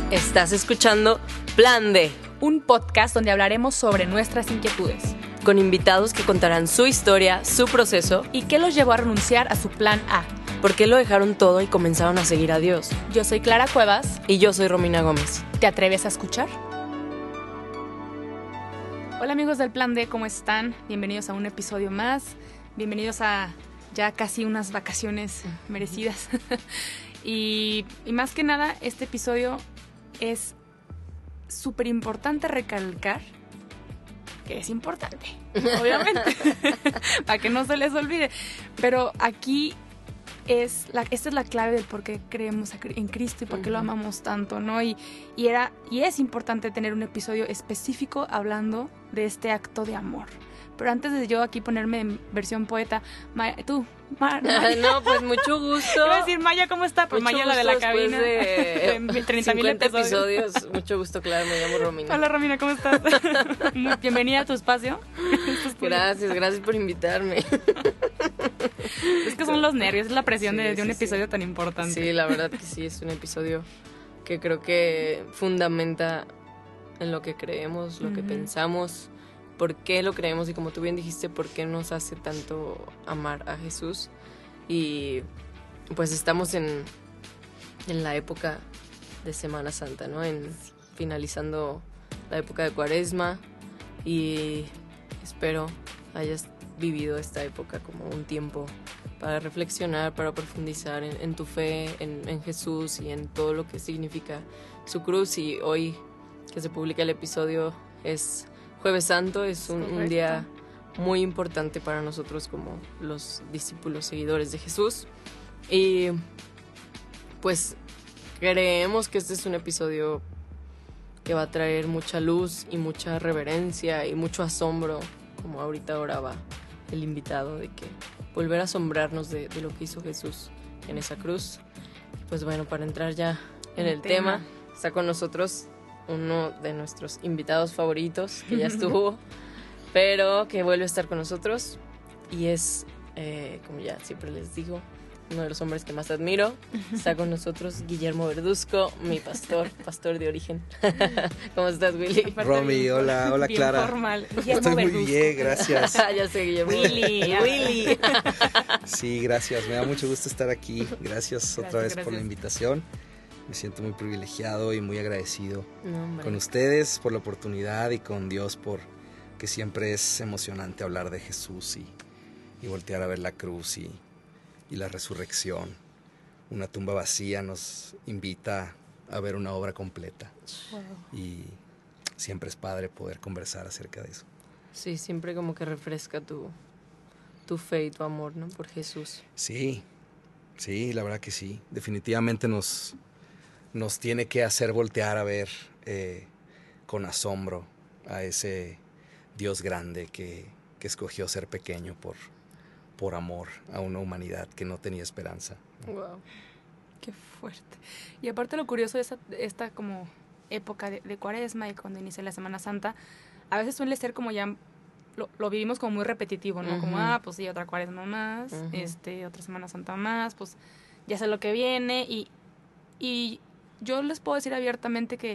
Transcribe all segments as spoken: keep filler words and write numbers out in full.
Estás escuchando Plan D, un podcast donde hablaremos sobre nuestras inquietudes, con invitados que contarán su historia, su proceso y qué los llevó a renunciar a su plan A. ¿Por qué lo dejaron todo y comenzaron a seguir a Dios? Yo soy Clara Cuevas. Y yo soy Romina Gómez. ¿Te atreves a escuchar? Hola amigos del Plan D, ¿cómo están? Bienvenidos a un episodio más. Bienvenidos a ya casi unas vacaciones merecidas. y, y más que nada, este episodio es súper importante recalcar que es importante, obviamente, para que no se les olvide. Pero aquí es la, esta es la clave del por qué creemos en Cristo y por qué uh-huh. lo amamos tanto, ¿no? Y, y, era, y es importante tener un episodio específico hablando de este acto de amor. Pero antes de yo aquí ponerme en versión poeta, Maya, tú, Ma, Maya. No, pues mucho gusto. Iba a decir, Maya, ¿cómo está? Pues mucho Maya, la de la cabina. De, de treinta mil episodios. episodios. Mucho gusto, claro, me llamo Romina. Hola, Romina, ¿cómo estás? Bienvenida a tu espacio. Gracias, gracias por invitarme. Es que son los nervios, es la presión sí, de, de sí, un sí. episodio tan importante. Sí, la verdad que sí, es un episodio que creo que fundamenta en lo que creemos, lo uh-huh. que pensamos, por qué lo creemos y, como tú bien dijiste, por qué nos hace tanto amar a Jesús. Y pues estamos en, en la época de Semana Santa, ¿no? En finalizando la época de Cuaresma, y espero hayas vivido esta época como un tiempo para reflexionar, para profundizar en, en tu fe, en, en Jesús y en todo lo que significa su cruz. Y hoy que se publica el episodio es Jueves Santo, es un, un día muy importante para nosotros como los discípulos seguidores de Jesús. Y pues creemos que este es un episodio que va a traer mucha luz y mucha reverencia y mucho asombro, como ahorita oraba el invitado, de que volver a asombrarnos de, de lo que hizo Jesús en esa cruz. Pues bueno, para entrar ya en el, el tema. tema, está con nosotros uno de nuestros invitados favoritos, que ya estuvo, pero que vuelve a estar con nosotros, y es, eh, como ya siempre les digo, uno de los hombres que más admiro. Está con nosotros Guillermo Verduzco, mi pastor, pastor de origen. ¿Cómo estás, Willy? Romy, hola, hola, bien Clara. Formal. Estoy muy Verduzco. bien, gracias. Ya sé, Guillermo. Willy. Willy. Sí, gracias, me da mucho gusto estar aquí. Gracias, gracias otra vez gracias. por la invitación. Me siento muy privilegiado y muy agradecido no, con ustedes por la oportunidad, y con Dios por que siempre es emocionante hablar de Jesús y, y voltear a ver la cruz y, y la resurrección. Una tumba vacía nos invita a ver una obra completa. Wow. Y siempre es padre poder conversar acerca de eso. Sí, siempre como que refresca tu, tu fe y tu amor, ¿no? Por Jesús. Sí, sí, la verdad que sí. Definitivamente nos... nos tiene que hacer voltear a ver eh, con asombro a ese Dios grande que, que escogió ser pequeño por, por amor a una humanidad que no tenía esperanza. Wow, qué fuerte. Y aparte, lo curioso de esta, esta como época de, de Cuaresma y cuando inicia la Semana Santa, a veces suele ser como ya lo, lo vivimos como muy repetitivo, ¿no? Uh-huh. Como, ah, pues sí, otra Cuaresma más, uh-huh. este, otra Semana Santa más, pues ya sé lo que viene. Y, y yo les puedo decir abiertamente que,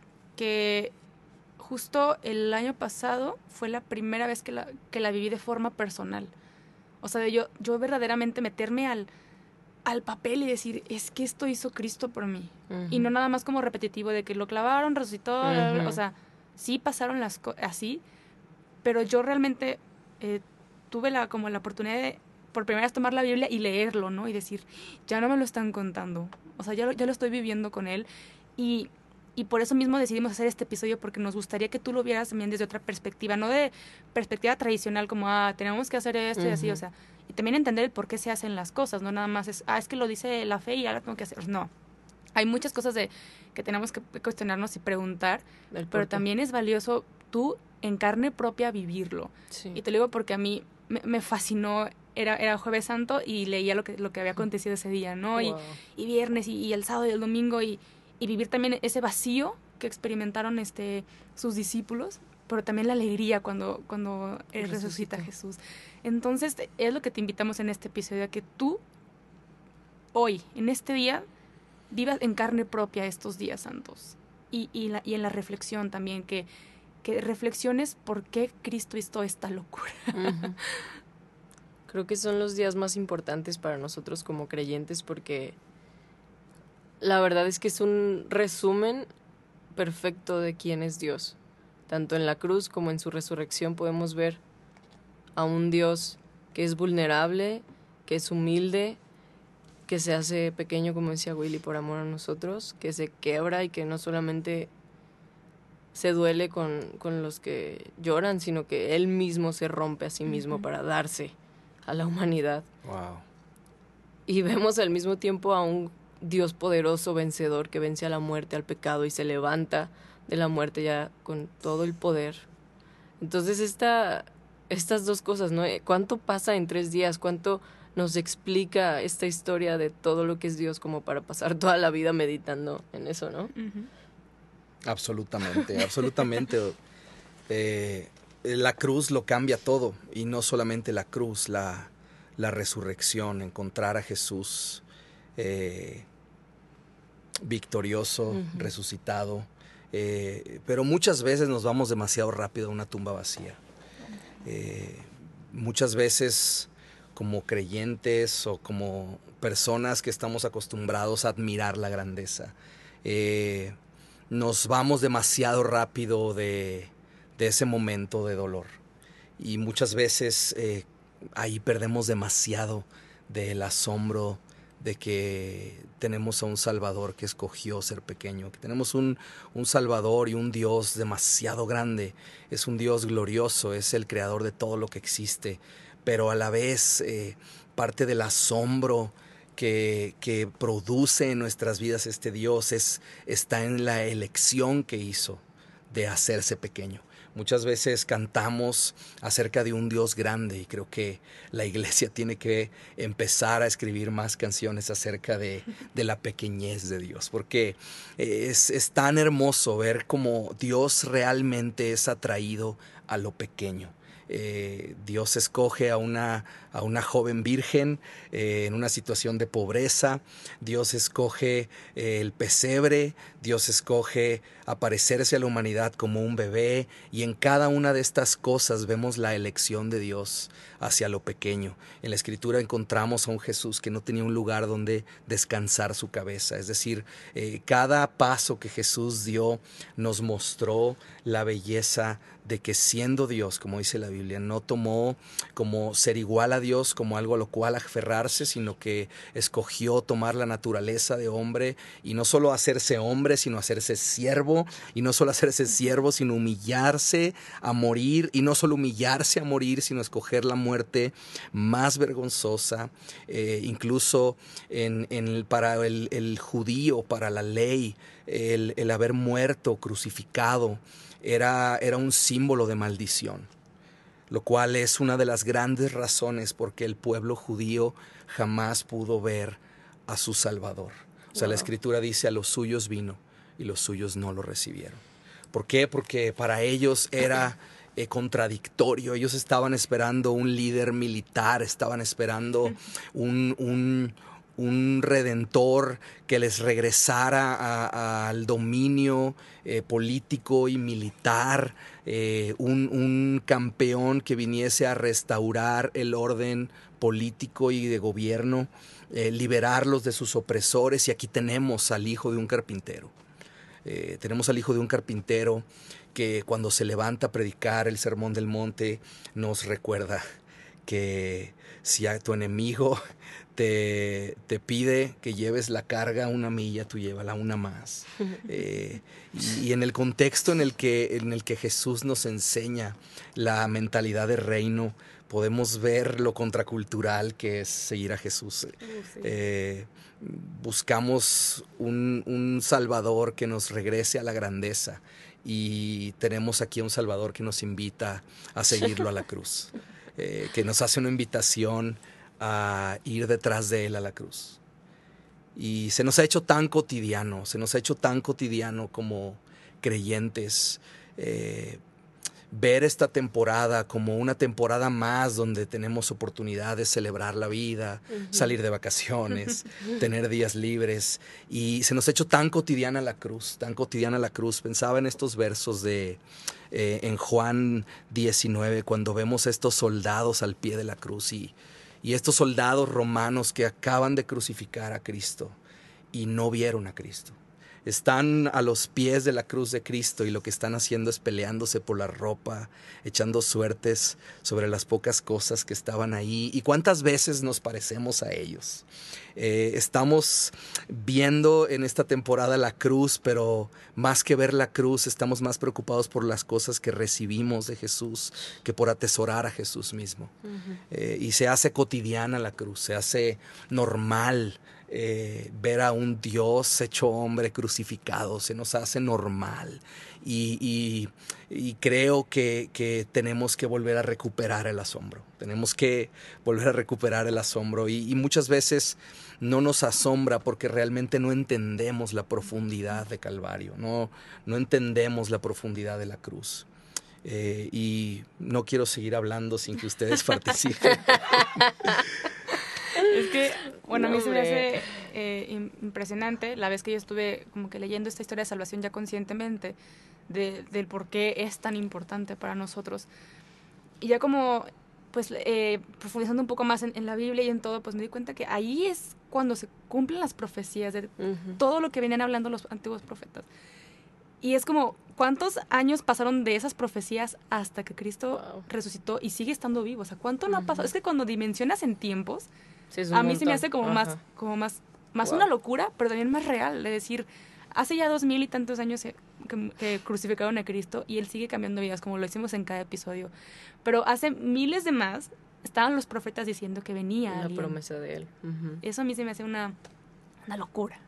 que justo el año pasado fue la primera vez que la, que la viví de forma personal. O sea, de yo, yo verdaderamente meterme al, al papel y decir, es que esto hizo Cristo por mí. Uh-huh. Y no nada más como repetitivo de que lo clavaron, resucitó, uh-huh. o sea, sí pasaron las cosas así, pero yo realmente eh, tuve la, como la oportunidad de, por primera vez, tomar la Biblia y leerlo, ¿no? Y decir, ya no me lo están contando. O sea, ya lo, ya lo estoy viviendo con él. Y, y por eso mismo decidimos hacer este episodio, porque nos gustaría que tú lo vieras también desde otra perspectiva, no de perspectiva tradicional como, ah, tenemos que hacer esto uh-huh. y así, o sea, y también entender el por qué se hacen las cosas, no nada más es, ah, es que lo dice la fe y ahora tengo que hacer. No, hay muchas cosas de que tenemos que cuestionarnos y preguntar, pero también es valioso tú en carne propia vivirlo. Sí. Y te lo digo porque a mí me, me fascinó. Era, era Jueves Santo y leía lo que, lo que había acontecido ese día, ¿no? Wow. Y, y viernes y, y el sábado y el domingo y, y vivir también ese vacío que experimentaron este, sus discípulos, pero también la alegría cuando, cuando él resucita a Jesús. Entonces, es lo que te invitamos en este episodio, a que tú, hoy, en este día, vivas en carne propia estos días santos. y, y, la, y en la reflexión también, que, que reflexiones por qué Cristo hizo esta locura. Uh-huh. Creo que son los días más importantes para nosotros como creyentes porque la verdad es que es un resumen perfecto de quién es Dios. Tanto en la cruz como en su resurrección podemos ver a un Dios que es vulnerable, que es humilde, que se hace pequeño, como decía Willy, por amor a nosotros, que se quebra y que no solamente se duele con, con los que lloran, sino que Él mismo se rompe a sí mismo uh-huh. para darse a la humanidad. Wow. Y vemos al mismo tiempo a un Dios poderoso, vencedor, que vence a la muerte, al pecado y se levanta de la muerte ya con todo el poder. Entonces esta, estas dos cosas, ¿no? ¿Cuánto pasa en tres días? ¿Cuánto nos explica esta historia de todo lo que es Dios como para pasar toda la vida meditando en eso, ¿no? Uh-huh. Absolutamente, absolutamente. Eh, la cruz lo cambia todo, y no solamente la cruz, la, la resurrección, encontrar a Jesús eh, victorioso, uh-huh. resucitado. Eh, pero muchas veces nos vamos demasiado rápido a una tumba vacía. Eh, muchas veces como creyentes o como personas que estamos acostumbrados a admirar la grandeza, eh, nos vamos demasiado rápido de, de ese momento de dolor. Y muchas veces eh, ahí perdemos demasiado del asombro de que tenemos a un Salvador que escogió ser pequeño, que tenemos un, un Salvador y un Dios demasiado grande. Es un Dios glorioso, es el creador de todo lo que existe, pero a la vez eh, parte del asombro que, que produce en nuestras vidas este Dios es, está en la elección que hizo de hacerse pequeño. Muchas veces cantamos acerca de un Dios grande, y creo que la iglesia tiene que empezar a escribir más canciones acerca de, de la pequeñez de Dios, porque es, es tan hermoso ver cómo Dios realmente es atraído a lo pequeño. Eh, Dios escoge a una, a una joven virgen eh, en una situación de pobreza. Dios escoge eh, el pesebre. Dios escoge aparecerse a la humanidad como un bebé, y en cada una de estas cosas vemos la elección de Dios hacia lo pequeño. En la Escritura encontramos a un Jesús que no tenía un lugar donde descansar su cabeza, es decir, eh, cada paso que Jesús dio nos mostró la belleza de que siendo Dios, como dice la Biblia, no tomó como ser igual a Dios como algo a lo cual aferrarse, sino que escogió tomar la naturaleza de hombre, y no solo hacerse hombre, sino hacerse siervo, y no solo hacerse siervo, sino humillarse a morir, y no solo humillarse a morir, sino escoger la muerte más vergonzosa. Eh, incluso en, en, para el, el judío, para la ley, el, el haber muerto crucificado Era, era un símbolo de maldición, lo cual es una de las grandes razones por qué el pueblo judío jamás pudo ver a su Salvador. O sea, wow. La Escritura dice: a los suyos vino y los suyos no lo recibieron. ¿Por qué? Porque para ellos era eh, contradictorio. Ellos estaban esperando un líder militar, estaban esperando un... un un redentor que les regresara a, a, al dominio eh, político y militar, eh, un, un campeón que viniese a restaurar el orden político y de gobierno, eh, liberarlos de sus opresores. Y aquí tenemos al hijo de un carpintero. Eh, tenemos al hijo de un carpintero que cuando se levanta a predicar el Sermón del Monte nos recuerda que si a tu enemigo te, te pide que lleves la carga una milla, tú llévala una más. Eh, y, y en el contexto en el, que, en el que Jesús nos enseña la mentalidad de reino, podemos ver lo contracultural que es seguir a Jesús. Sí. Eh, buscamos un, un Salvador que nos regrese a la grandeza, y tenemos aquí a un Salvador que nos invita a seguirlo a la cruz. Eh, que nos hace una invitación a ir detrás de Él a la cruz. Y se nos ha hecho tan cotidiano, se nos ha hecho tan cotidiano como creyentes, eh, ver esta temporada como una temporada más donde tenemos oportunidad de celebrar la vida, uh-huh. salir de vacaciones, tener días libres. Y se nos ha hecho tan cotidiana la cruz, tan cotidiana la cruz. Pensaba en estos versos de eh, en Juan diecinueve, cuando vemos a estos soldados al pie de la cruz y, y estos soldados romanos que acaban de crucificar a Cristo y no vieron a Cristo. Están a los pies de la cruz de Cristo y lo que están haciendo es peleándose por la ropa, echando suertes sobre las pocas cosas que estaban ahí. ¿Y cuántas veces nos parecemos a ellos? Eh, estamos viendo en esta temporada la cruz, pero más que ver la cruz, estamos más preocupados por las cosas que recibimos de Jesús que por atesorar a Jesús mismo. Uh-huh. Eh, y se hace cotidiana la cruz, se hace normal. Eh, ver a un Dios hecho hombre crucificado se nos hace normal y, y, y creo que, que tenemos que volver a recuperar el asombro, tenemos que volver a recuperar el asombro y, y muchas veces no nos asombra porque realmente no entendemos la profundidad de Calvario, no, no entendemos la profundidad de la cruz. Eh, y no quiero seguir hablando sin que ustedes participen. Es que, bueno, a mí se me hace eh, impresionante la vez que yo estuve como que leyendo esta historia de salvación ya conscientemente, de, del por qué es tan importante para nosotros. Y ya como, pues, eh, profundizando un poco más en, en la Biblia y en todo, pues me di cuenta que ahí es cuando se cumplen las profecías de uh-huh. todo lo que venían hablando los antiguos profetas. Y es como, ¿cuántos años pasaron de esas profecías hasta que Cristo wow. resucitó y sigue estando vivo? O sea, ¿cuánto uh-huh. no ha pasado? Es que cuando dimensionas en tiempos, sí, a mí montón. Se me hace como Ajá. más, como más, más wow. una locura, pero también más real. De decir, hace ya dos mil y tantos años que, que crucificaron a Cristo y Él sigue cambiando vidas, como lo hicimos en cada episodio. Pero hace miles de más, estaban los profetas diciendo que venía la alguien. promesa de Él. Uh-huh. Eso a mí se me hace una, una locura.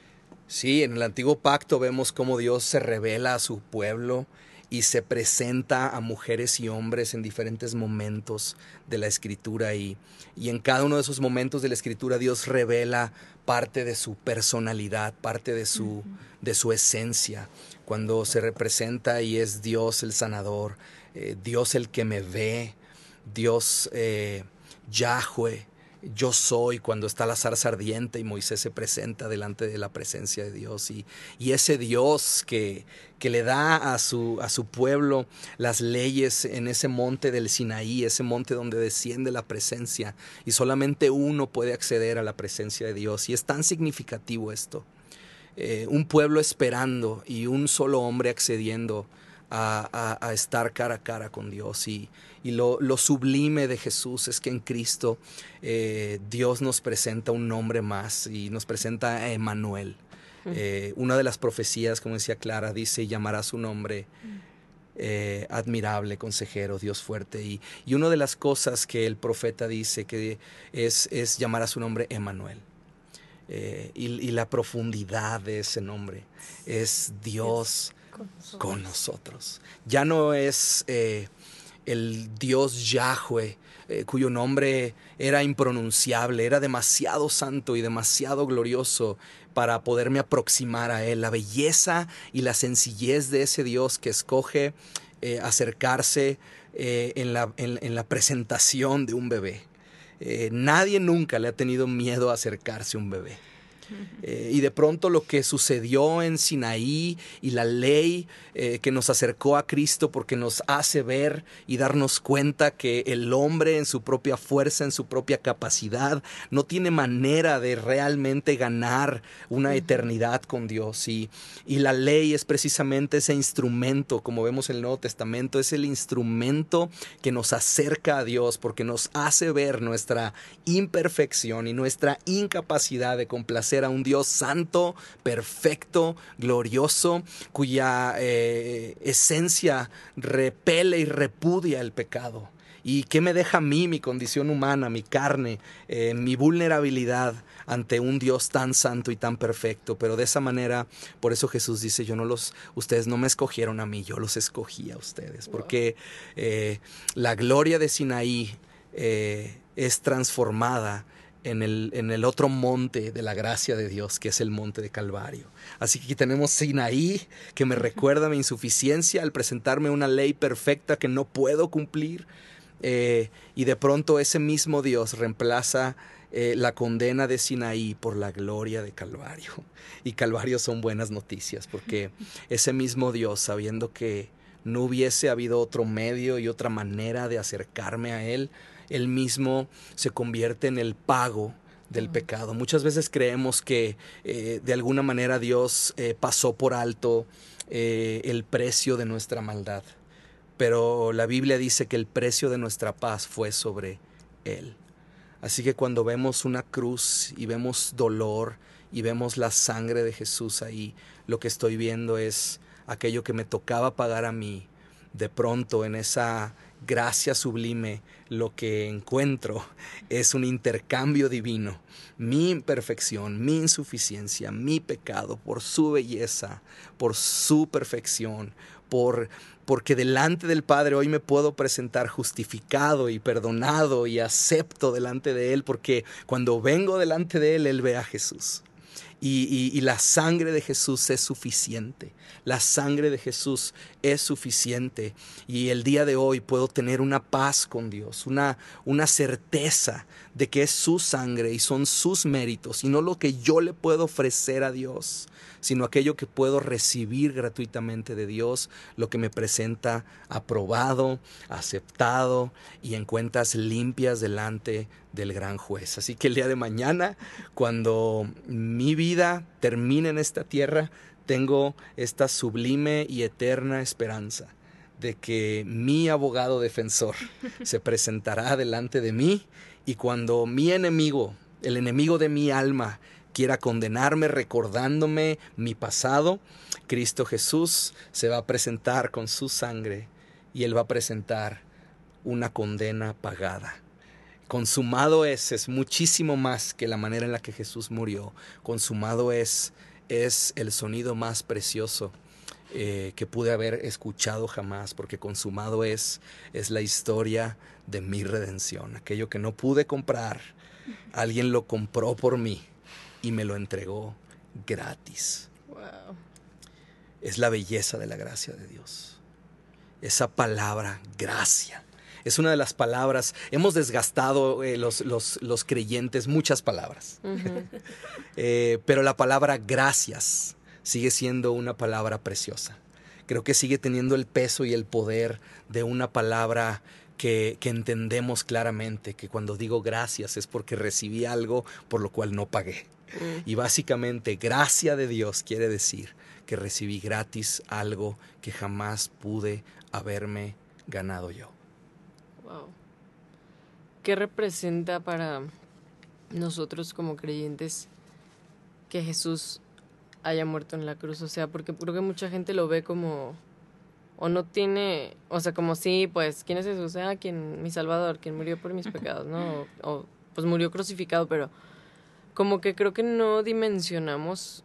Sí, en el Antiguo Pacto vemos cómo Dios se revela a su pueblo y se presenta a mujeres y hombres en diferentes momentos de la Escritura y, y en cada uno de esos momentos de la Escritura Dios revela parte de su personalidad, parte de su, uh-huh. de su esencia. Cuando se representa y es Dios el sanador, eh, Dios el que me ve, Dios eh, Yahweh, yo soy, cuando está la zarza ardiente y Moisés se presenta delante de la presencia de Dios y, y ese Dios que, que le da a su, a su pueblo las leyes en ese monte del Sinaí, ese monte donde desciende la presencia y solamente uno puede acceder a la presencia de Dios y es tan significativo esto, eh, un pueblo esperando y un solo hombre accediendo A, a, a estar cara a cara con Dios y, y lo, lo sublime de Jesús es que en Cristo eh, Dios nos presenta un nombre más y nos presenta a Emmanuel. Mm. Eh, una de las profecías, como decía Clara, dice: llamará su nombre eh, admirable, consejero, Dios fuerte. Y, y una de las cosas que el profeta dice que es, es llamar a su nombre Emmanuel. Eh, y, y la profundidad de ese nombre es Dios con nosotros. Con nosotros. Ya no es eh, el Dios Yahweh, eh, cuyo nombre era impronunciable, era demasiado santo y demasiado glorioso para poderme aproximar a Él. La belleza y la sencillez de ese Dios que escoge eh, acercarse eh, en, la, en, en la presentación de un bebé. Eh, nadie nunca le ha tenido miedo a acercarse a un bebé. Eh, y de pronto lo que sucedió en Sinaí y la ley eh, que nos acercó a Cristo porque nos hace ver y darnos cuenta que el hombre en su propia fuerza, en su propia capacidad, no tiene manera de realmente ganar una eternidad con Dios. Y, y la ley es precisamente ese instrumento, como vemos en el Nuevo Testamento, es el instrumento que nos acerca a Dios porque nos hace ver nuestra imperfección y nuestra incapacidad de complacer a un Dios santo, perfecto, glorioso, cuya eh, esencia repele y repudia el pecado. ¿Y qué me deja a mí, mi condición humana, mi carne, eh, mi vulnerabilidad ante un Dios tan santo y tan perfecto? Pero de esa manera, por eso Jesús dice: yo no los, ustedes no me escogieron a mí, yo los escogí a ustedes. Porque eh, la gloria de Sinaí eh, es transformada en el, en el otro monte de la gracia de Dios, que es el monte de Calvario. Así que aquí tenemos Sinaí, que me recuerda mi insuficiencia al presentarme una ley perfecta que no puedo cumplir. Eh, y de pronto ese mismo Dios reemplaza eh, la condena de Sinaí por la gloria de Calvario. Y Calvario son buenas noticias, porque ese mismo Dios, sabiendo que no hubiese habido otro medio y otra manera de acercarme a Él, Él mismo se convierte en el pago del uh-huh. pecado. Muchas veces creemos que eh, de alguna manera Dios eh, pasó por alto eh, el precio de nuestra maldad. Pero la Biblia dice que el precio de nuestra paz fue sobre Él. Así que cuando vemos una cruz y vemos dolor y vemos la sangre de Jesús ahí, lo que estoy viendo es aquello que me tocaba pagar a mí. De pronto en esa gracia sublime lo que encuentro es un intercambio divino. Mi imperfección, mi insuficiencia, mi pecado, por su belleza, por su perfección, por, porque delante del Padre hoy me puedo presentar justificado y perdonado y acepto delante de Él, porque cuando vengo delante de Él, Él ve a Jesús. Y, y, y la sangre de Jesús es suficiente. La sangre de Jesús es suficiente. Y el día de hoy puedo tener una paz con Dios, una, una certeza de que es su sangre y son sus méritos, y no lo que yo le puedo ofrecer a Dios, sino aquello que puedo recibir gratuitamente de Dios, lo que me presenta aprobado, aceptado y en cuentas limpias delante del gran juez. Así que el día de mañana, cuando mi vida termine en esta tierra, tengo esta sublime y eterna esperanza de que mi abogado defensor se presentará delante de mí, y cuando mi enemigo, el enemigo de mi alma, quiera condenarme recordándome mi pasado, Cristo Jesús se va a presentar con su sangre y Él va a presentar una condena pagada. Consumado es, es muchísimo más que la manera en la que Jesús murió. Consumado es, es el sonido más precioso eh, que pude haber escuchado jamás, porque consumado es, es la historia de mi redención. Aquello que no pude comprar, alguien lo compró por mí y me lo entregó gratis. Wow. Es la belleza de la gracia de Dios. Esa palabra, gracia, es una de las palabras. Hemos desgastado eh, los, los, los creyentes muchas palabras. Uh-huh. eh, pero la palabra gracias sigue siendo una palabra preciosa. Creo que sigue teniendo el peso y el poder de una palabra que, que entendemos claramente, que cuando digo gracias es porque recibí algo por lo cual no pagué. Mm. Y básicamente gracia de Dios quiere decir que recibí gratis algo que jamás pude haberme ganado yo. Wow. ¿Qué representa para nosotros como creyentes que Jesús haya muerto en la cruz? O sea, porque creo que mucha gente lo ve como, o no tiene, o sea, como sí, pues, ¿quién es Jesús? Ah, quien, mi Salvador, quien murió por mis pecados, ¿no? O, o pues murió crucificado, pero como que creo que no dimensionamos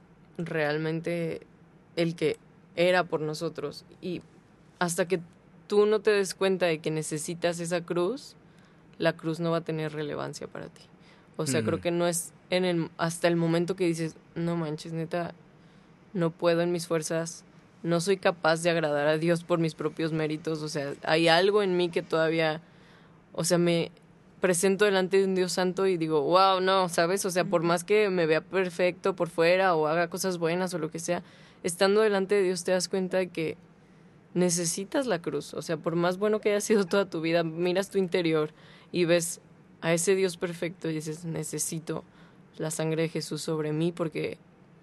realmente el que era por nosotros. Y hasta que tú no te des cuenta de que necesitas esa cruz, la cruz no va a tener relevancia para ti. O sea, mm. creo que no es en el, hasta el momento que dices, no manches, neta, no puedo en mis fuerzas, no soy capaz de agradar a Dios por mis propios méritos. O sea, hay algo en mí que todavía, o sea, me presento delante de un Dios santo y digo, wow, no, ¿sabes? O sea, por más que me vea perfecto por fuera o haga cosas buenas o lo que sea, estando delante de Dios te das cuenta de que necesitas la cruz. O sea, por más bueno que haya sido toda tu vida, miras tu interior y ves a ese Dios perfecto y dices, necesito la sangre de Jesús sobre mí, porque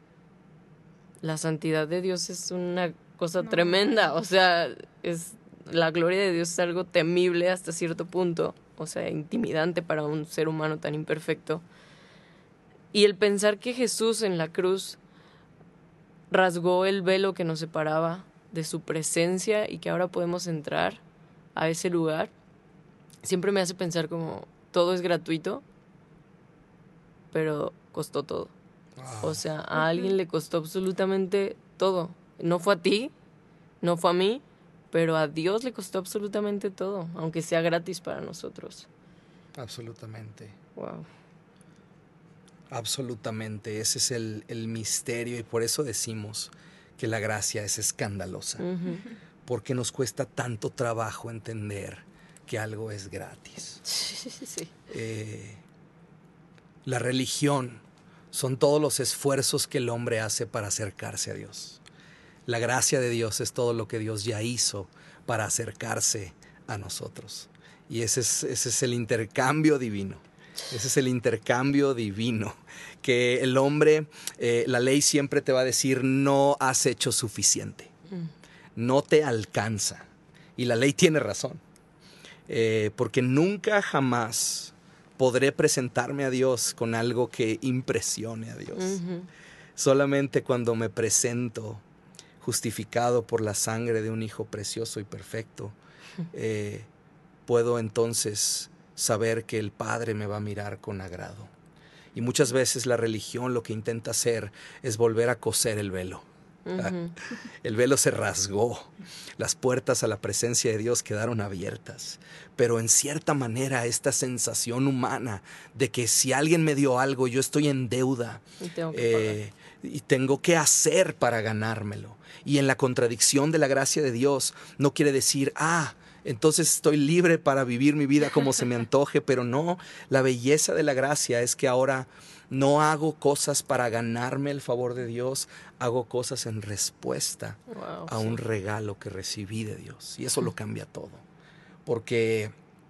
la santidad de Dios es una cosa no. tremenda. O sea, es la gloria de Dios es algo temible hasta cierto punto. O sea, intimidante para un ser humano tan imperfecto. Y el pensar que Jesús en la cruz rasgó el velo que nos separaba de su presencia y que ahora podemos entrar a ese lugar, siempre me hace pensar como todo es gratuito, pero costó todo. Wow. O sea, a alguien le costó absolutamente todo. No fue a ti, no fue a mí, pero a Dios le costó absolutamente todo, aunque sea gratis para nosotros. Absolutamente. Wow. Absolutamente, ese es el, el misterio y por eso decimos que la gracia es escandalosa. Uh-huh. Porque nos cuesta tanto trabajo entender que algo es gratis. Sí, sí. Eh, la religión son todos los esfuerzos que el hombre hace para acercarse a Dios. La gracia de Dios es todo lo que Dios ya hizo para acercarse a nosotros. Y ese es, ese es el intercambio divino. Ese es el intercambio divino. Que el hombre, eh, la ley siempre te va a decir, no has hecho suficiente. Mm. No te alcanza. Y la ley tiene razón. Eh, porque nunca jamás podré presentarme a Dios con algo que impresione a Dios. Uh-huh. Solamente cuando me presento justificado por la sangre de un Hijo precioso y perfecto, eh, puedo entonces saber que el Padre me va a mirar con agrado. Y muchas veces la religión lo que intenta hacer es volver a coser el velo. Uh-huh. El velo se rasgó, las puertas a la presencia de Dios quedaron abiertas, pero en cierta manera esta sensación humana de que si alguien me dio algo, yo estoy en deuda y tengo que, eh, y tengo que hacer para ganármelo. Y en la contradicción de la gracia de Dios no quiere decir, ah, entonces estoy libre para vivir mi vida como se me antoje, pero no, la belleza de la gracia es que ahora no hago cosas para ganarme el favor de Dios, hago cosas en respuesta wow, a sí. un regalo que recibí de Dios. Y eso lo cambia todo. Porque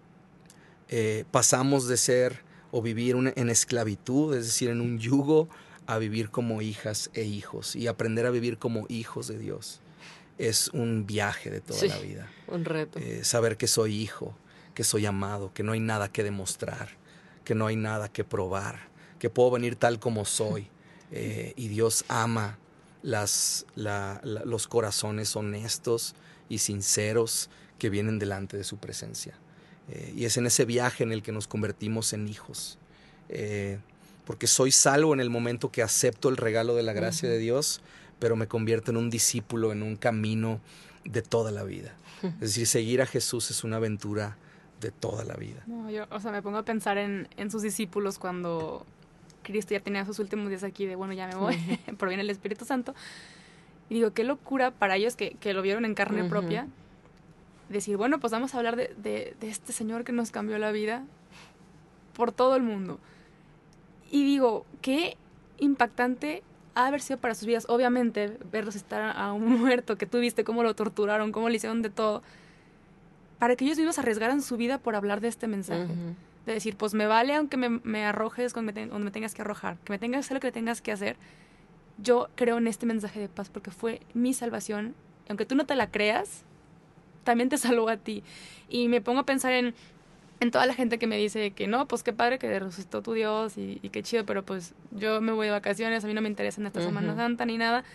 eh, pasamos de ser o vivir una, en esclavitud, es decir, en un yugo, a vivir como hijas e hijos. Y aprender a vivir como hijos de Dios es un viaje de toda sí, la vida. Un reto. Eh, saber que soy hijo, que soy amado, que no hay nada que demostrar, que no hay nada que probar, que puedo venir tal como soy, eh, y Dios ama las, la, la, los corazones honestos y sinceros que vienen delante de su presencia. Eh, y es en ese viaje en el que nos convertimos en hijos, eh, porque soy salvo en el momento que acepto el regalo de la gracia uh-huh. de Dios, pero me convierto en un discípulo, en un camino de toda la vida. Uh-huh. Es decir, seguir a Jesús es una aventura de toda la vida. No, yo, o sea, me pongo a pensar en, en sus discípulos cuando Cristo ya tenía sus últimos días aquí de, bueno, ya me voy, uh-huh. proviene el Espíritu Santo. Y digo, qué locura para ellos que, que lo vieron en carne uh-huh. propia, decir, bueno, pues vamos a hablar de, de, de este Señor que nos cambió la vida por todo el mundo. Y digo, qué impactante ha de haber sido para sus vidas. Obviamente, verlos estar a un muerto que tú viste, cómo lo torturaron, cómo le hicieron de todo, para que ellos mismos arriesgaran su vida por hablar de este mensaje. Uh-huh. De decir, pues me vale aunque me, me arrojes donde me, ten, donde me tengas que arrojar, que me tengas que hacer lo que tengas que hacer. Yo creo en este mensaje de paz porque fue mi salvación. Aunque tú no te la creas, también te salvó a ti. Y me pongo a pensar en, en toda la gente que me dice que no, pues qué padre que resucitó tu Dios y, y qué chido, pero pues yo me voy de vacaciones, a mí no me interesa en esta uh-huh. Semana Santa ni nada.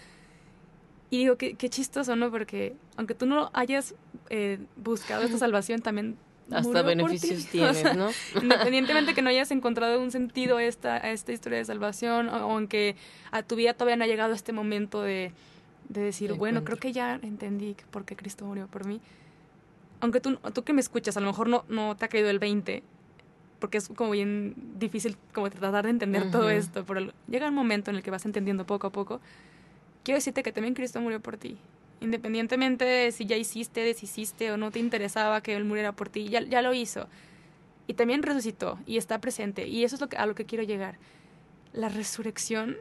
Y digo, qué, qué chistoso, ¿no? Porque aunque tú no hayas eh, buscado esta salvación, también hasta beneficios tienes, o sea, ¿no? Independientemente que no hayas encontrado un sentido a esta, a esta historia de salvación, o, o aunque a tu vida todavía no ha llegado este momento de, de decir, de bueno, encuentro. Creo que ya entendí por qué Cristo murió por mí. Aunque tú, tú que me escuchas, a lo mejor no, no te ha caído el veinte, porque es como bien difícil como tratar de entender uh-huh. todo esto, pero llega un momento en el que vas entendiendo poco a poco. Quiero decirte que también Cristo murió por ti. Independientemente de si ya hiciste, deshiciste o no te interesaba que Él muriera por ti, ya, ya lo hizo. Y también resucitó y está presente. Y eso es lo que, a lo que quiero llegar. La resurrección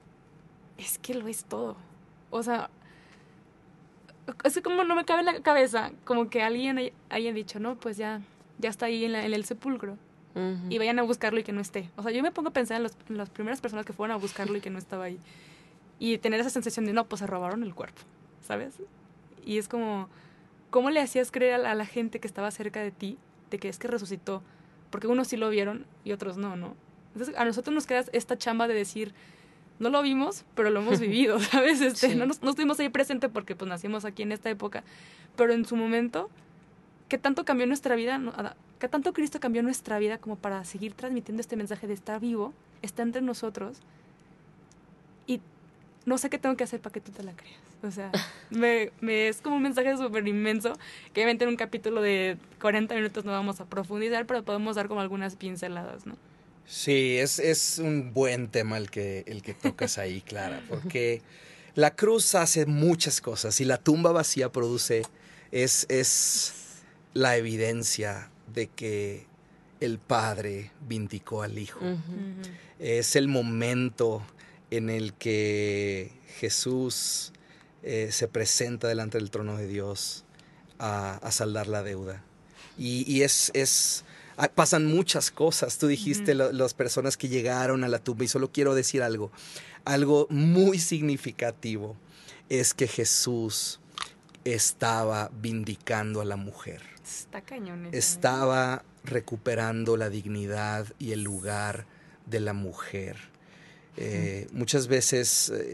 es que lo es todo. O sea, es como no me cabe en la cabeza, como que alguien haya, haya dicho, no, pues ya, ya está ahí en, la, en el sepulcro. Uh-huh. Y vayan a buscarlo y que no esté. O sea, yo me pongo a pensar en, los, en las primeras personas que fueron a buscarlo y que no estaba ahí. Y tener esa sensación de, no, pues se robaron el cuerpo, ¿sabes? Y es como, ¿cómo le hacías creer a la, a la gente que estaba cerca de ti de que es que resucitó? Porque unos sí lo vieron y otros no, ¿no? Entonces a nosotros nos queda esta chamba de decir, no lo vimos, pero lo hemos vivido, ¿sabes? Este, sí. No nos, no estuvimos ahí presente porque pues nacimos aquí en esta época, pero en su momento, ¿qué tanto cambió nuestra vida? ¿Qué tanto Cristo cambió nuestra vida como para seguir transmitiendo este mensaje de estar vivo, está entre nosotros? Y no sé qué tengo que hacer para que tú te la creas. O sea, me, me es como un mensaje súper inmenso, que obviamente en un capítulo de cuarenta minutos no vamos a profundizar, pero podemos dar como algunas pinceladas, ¿no? Sí, es, es un buen tema el que, el que tocas ahí, Clara, porque la cruz hace muchas cosas y la tumba vacía produce, es, es la evidencia de que el Padre vindicó al Hijo. Ujú. Ujú. Es el momento en el que Jesús eh, se presenta delante del trono de Dios a, a saldar la deuda. Y, y es, es ah, pasan muchas cosas. Tú dijiste Ujú. lo- las personas que llegaron a la tumba, y solo quiero decir algo. Algo muy significativo es que Jesús estaba vindicando a la mujer. Está cañón eso, ¿eh? Estaba recuperando la dignidad y el lugar de la mujer. Eh, muchas veces eh,